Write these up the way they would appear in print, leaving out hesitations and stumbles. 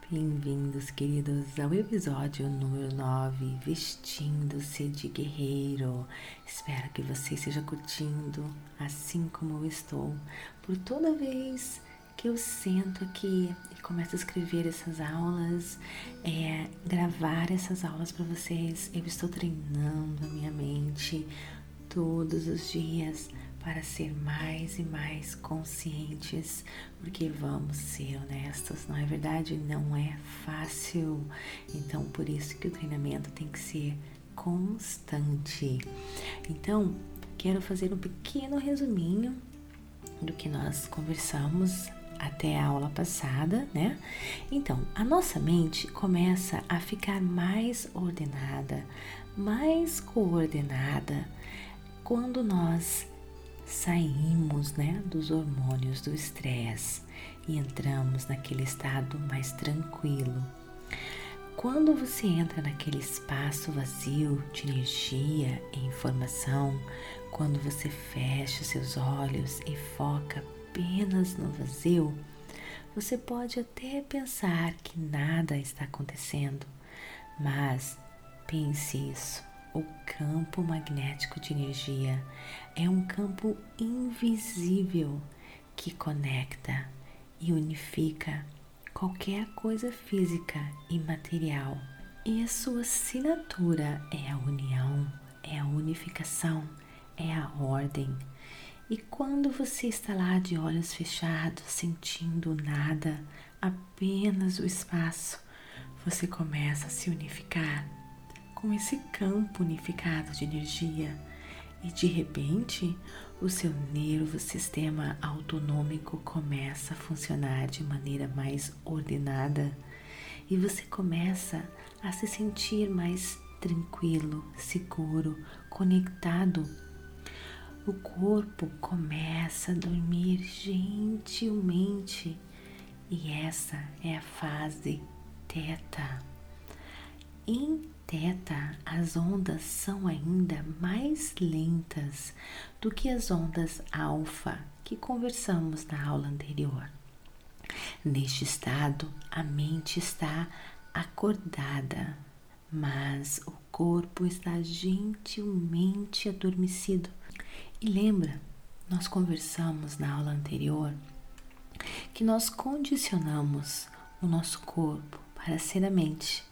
Bem-vindos, queridos, ao episódio número 9, Vestindo-se de Guerreiro. Espero que você esteja curtindo, assim como eu estou, por toda vez que eu sento aqui e começo a escrever essas aulas, gravar essas aulas para vocês. Eu estou treinando a minha mente todos os dias para ser mais e mais conscientes, porque vamos ser honestos, não é verdade? Não é fácil, então por isso que o treinamento tem que ser constante. Então, quero fazer um pequeno resuminho do que nós conversamos até a aula passada, né? Então, a nossa mente começa a ficar mais ordenada, mais coordenada, quando nós saímos, né, dos hormônios do estresse e entramos naquele estado mais tranquilo. Quando você entra naquele espaço vazio de energia e informação, quando você fecha seus olhos e foca apenas no vazio, você pode até pensar que nada está acontecendo, mas pense isso. O campo magnético de energia é um campo invisível que conecta e unifica qualquer coisa física e material. E a sua assinatura é a união, é a unificação, é a ordem. E quando você está lá de olhos fechados, sentindo nada, apenas o espaço, você começa a se unificar com esse campo unificado de energia e de repente o seu sistema autonômico começa a funcionar de maneira mais ordenada e você começa a se sentir mais tranquilo, seguro, conectado. O corpo começa a dormir gentilmente e essa é a fase Teta. Em Teta, as ondas são ainda mais lentas do que as ondas alfa que conversamos na aula anterior. Neste estado, a mente está acordada, mas o corpo está gentilmente adormecido. E lembra, nós conversamos na aula anterior que nós condicionamos o nosso corpo para ser a mente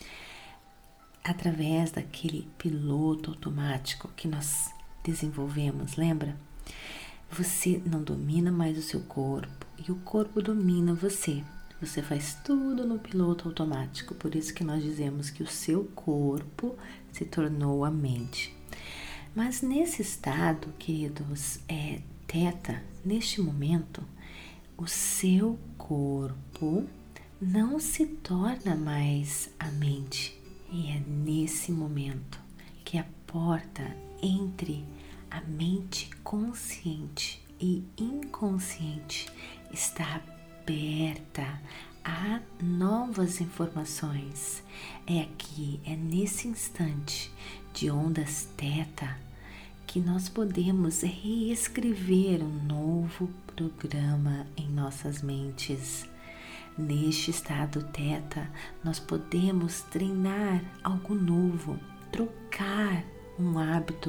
através daquele piloto automático que nós desenvolvemos, lembra? Você não domina mais o seu corpo e o corpo domina você. Você faz tudo no piloto automático, por isso que nós dizemos que o seu corpo se tornou a mente. Mas nesse estado, queridos, Teta, neste momento, o seu corpo não se torna mais a mente. E é nesse momento que a porta entre a mente consciente e inconsciente está aberta a novas informações. É aqui, é nesse instante de ondas Teta que nós podemos reescrever um novo programa em nossas mentes. Neste estado Teta, nós podemos treinar algo novo, trocar um hábito,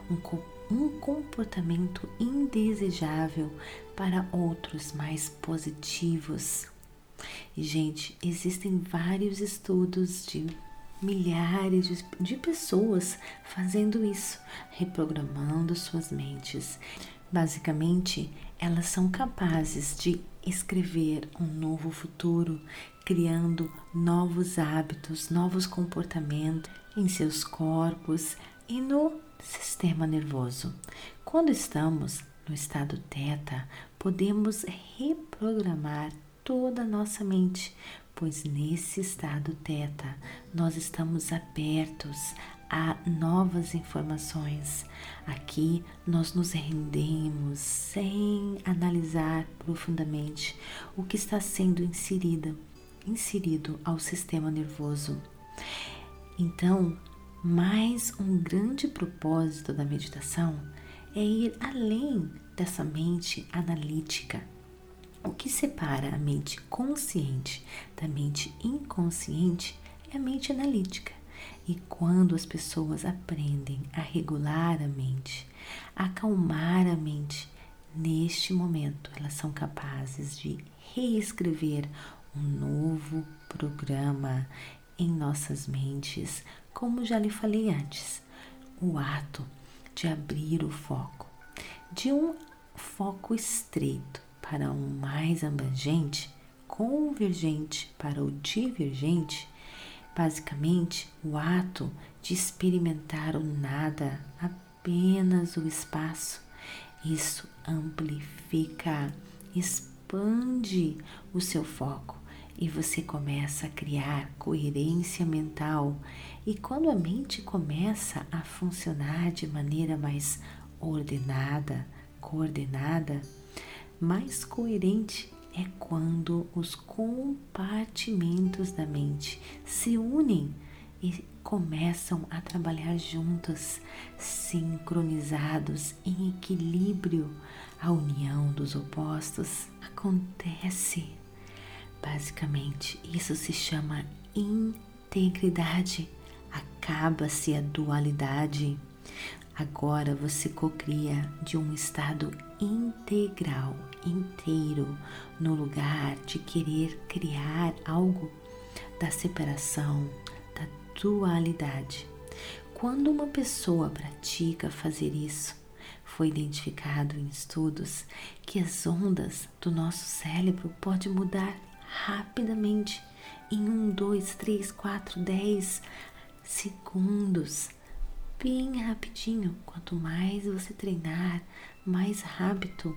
um comportamento indesejável para outros mais positivos. E, gente, existem vários estudos de milhares de pessoas fazendo isso, reprogramando suas mentes. Basicamente, elas são capazes de escrever um novo futuro, criando novos hábitos, novos comportamentos em seus corpos e no sistema nervoso. Quando estamos no estado Teta, podemos reprogramar toda a nossa mente, pois nesse estado Teta nós estamos abertos a novas informações. Aqui nós nos rendemos sem analisar profundamente o que está sendo inserido ao sistema nervoso. Então, mais um grande propósito da meditação é ir além dessa mente analítica O que separa a mente consciente da mente inconsciente é a mente analítica. E quando as pessoas aprendem a regular a mente, a acalmar a mente, neste momento elas são capazes de reescrever um novo programa em nossas mentes, como já lhe falei antes. O ato de abrir o foco de um foco estreito para um mais abrangente, convergente para o divergente, basicamente o ato de experimentar o nada, apenas o espaço. Isso amplifica, expande o seu foco e você começa a criar coerência mental. E quando a mente começa a funcionar de maneira mais ordenada, coordenada, mais coerente, é quando os compartimentos da mente se unem e começam a trabalhar juntos, sincronizados, em equilíbrio. A união dos opostos acontece. Basicamente, isso se chama integridade. Acaba-se a dualidade. Agora você cocria de um estado integral, inteiro, no lugar de querer criar algo da separação, da dualidade. Quando uma pessoa pratica fazer isso, foi identificado em estudos que as ondas do nosso cérebro podem mudar rapidamente em 1, 2, 3, 4, 10 segundos. Bem rapidinho. Quanto mais você treinar, mais rápido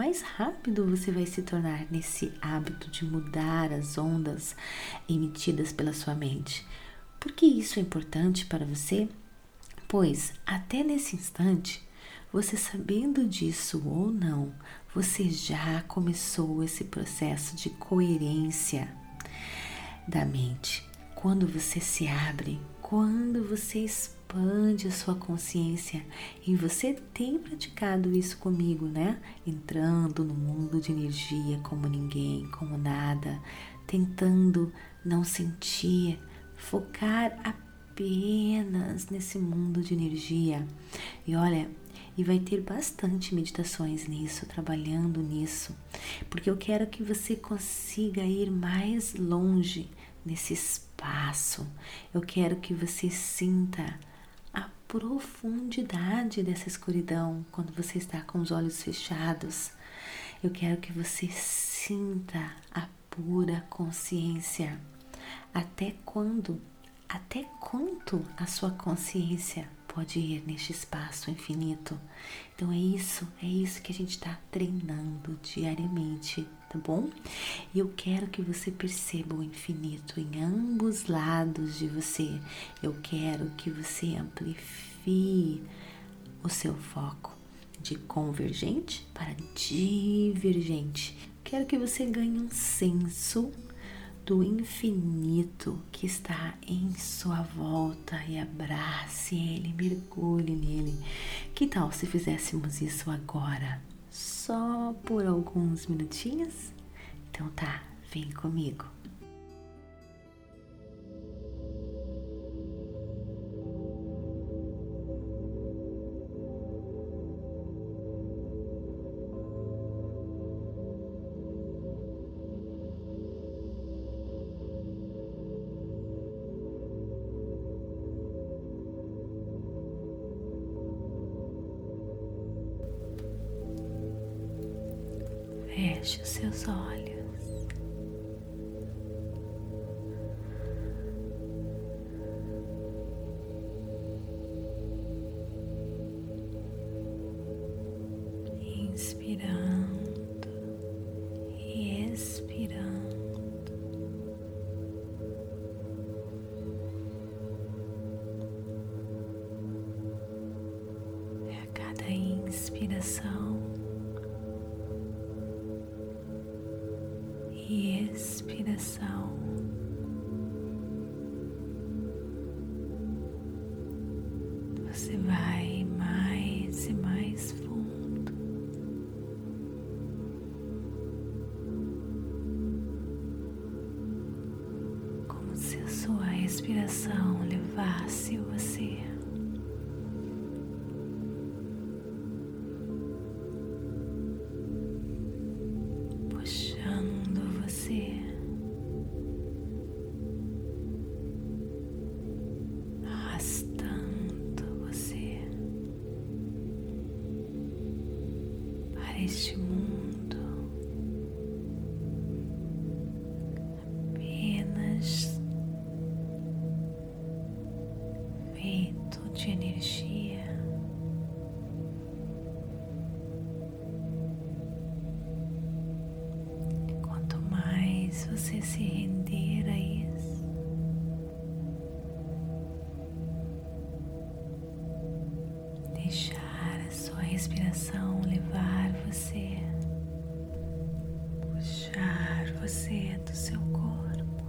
você vai se tornar nesse hábito de mudar as ondas emitidas pela sua mente. Por que isso é importante para você? Pois até nesse instante, você sabendo disso ou não, você já começou esse processo de coerência da mente. Quando você se abre, quando você expande a sua consciência, e você tem praticado isso comigo, né? Entrando no mundo de energia como ninguém, como nada, tentando não sentir, focar apenas nesse mundo de energia. E olha, e vai ter bastante meditações nisso, trabalhando nisso, porque eu quero que você consiga ir mais longe nesse espaço. Eu quero que você sinta a profundidade dessa escuridão quando você está com os olhos fechados. Eu quero que você sinta a pura consciência. Até quando? Até quanto a sua consciência pode ir neste espaço infinito? Então é isso que a gente está treinando diariamente, tá bom? E eu quero que você perceba o infinito em ambos lados de você. Eu quero que você amplifie o seu foco de convergente para divergente. Quero que você ganhe um senso do infinito que está em sua volta e abrace ele, mergulhe nele. Que tal se fizéssemos isso agora? Só por alguns minutinhos? Então tá, vem comigo. Feche os seus olhos. Inspirando e expirando. A cada inspiração e expiração, você vai mais e mais fundo, respiração levasse você puxando você, arrastando você para este mundo apenas feito de energia. Quanto mais você se render a isso, deixar a sua respiração levar você, puxar você do seu corpo,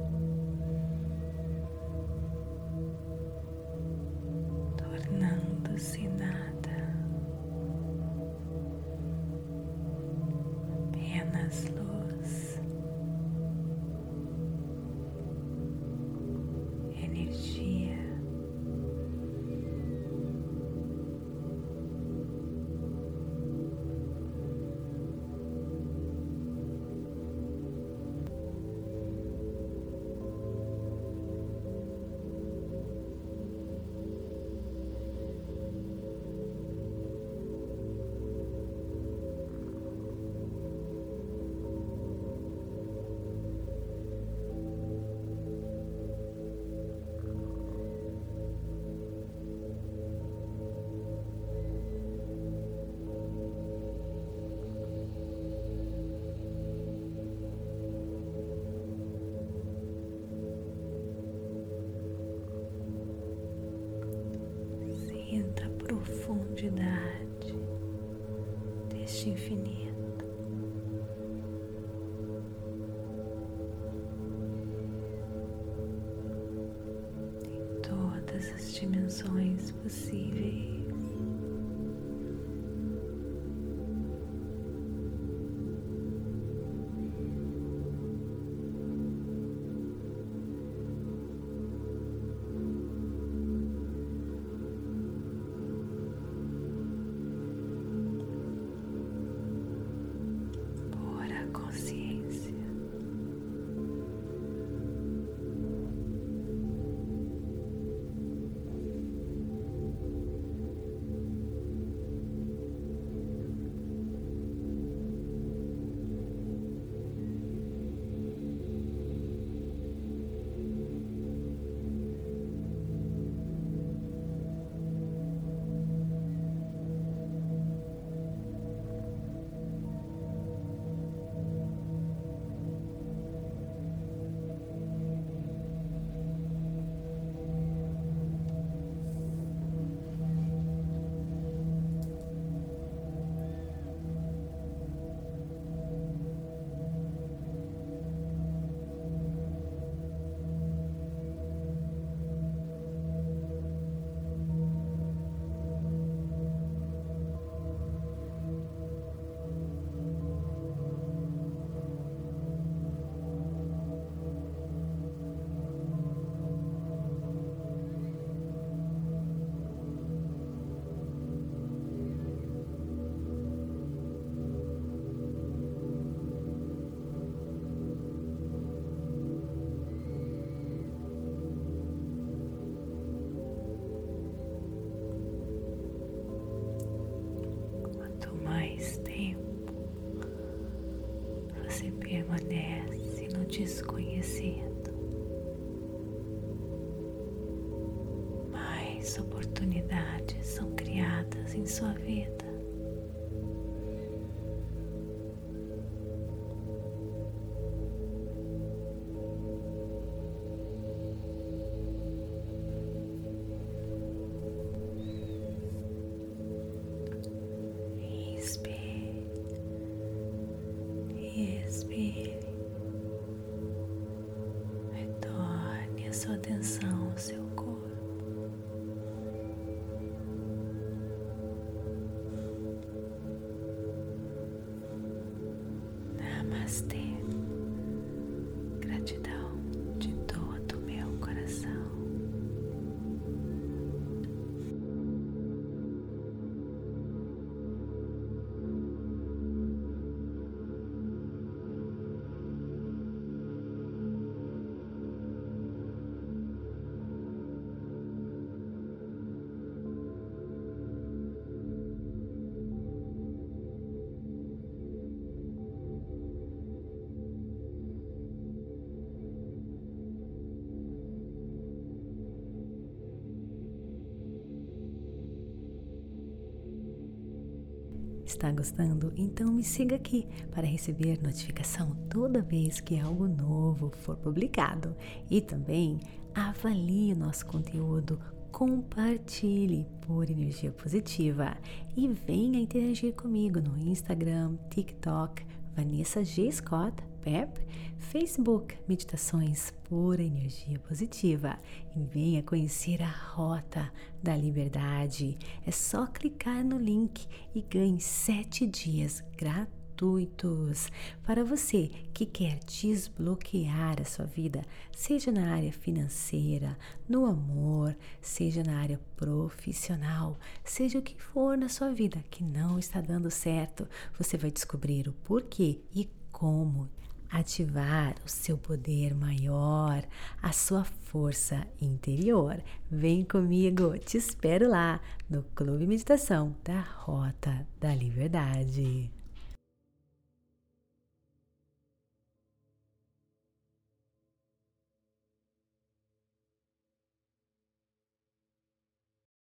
tornando-se nada, apenas luz, energia. Sinta a profundidade deste infinito. Em todas as dimensões possíveis. Consciência. Você permanece no desconhecido. Mais oportunidades são criadas em sua vida. Expire, retorne a sua atenção ao seu corpo. Namastê, gratidão de todo o meu coração. Está gostando? Então me siga aqui para receber notificação toda vez que algo novo for publicado. E também avalie o nosso conteúdo, compartilhe por energia positiva e venha interagir comigo no Instagram, TikTok, Vanessa G. Scott, PEP, Facebook, Meditações por Energia Positiva, e venha conhecer a Rota da Liberdade. É só clicar no link e ganhe 7 dias gratuitos para você que quer desbloquear a sua vida, seja na área financeira, no amor, seja na área profissional, seja o que for na sua vida que não está dando certo. Você vai descobrir o porquê e como ativar o seu poder maior, a sua força interior. Vem comigo, te espero lá no Clube Meditação da Rota da Liberdade.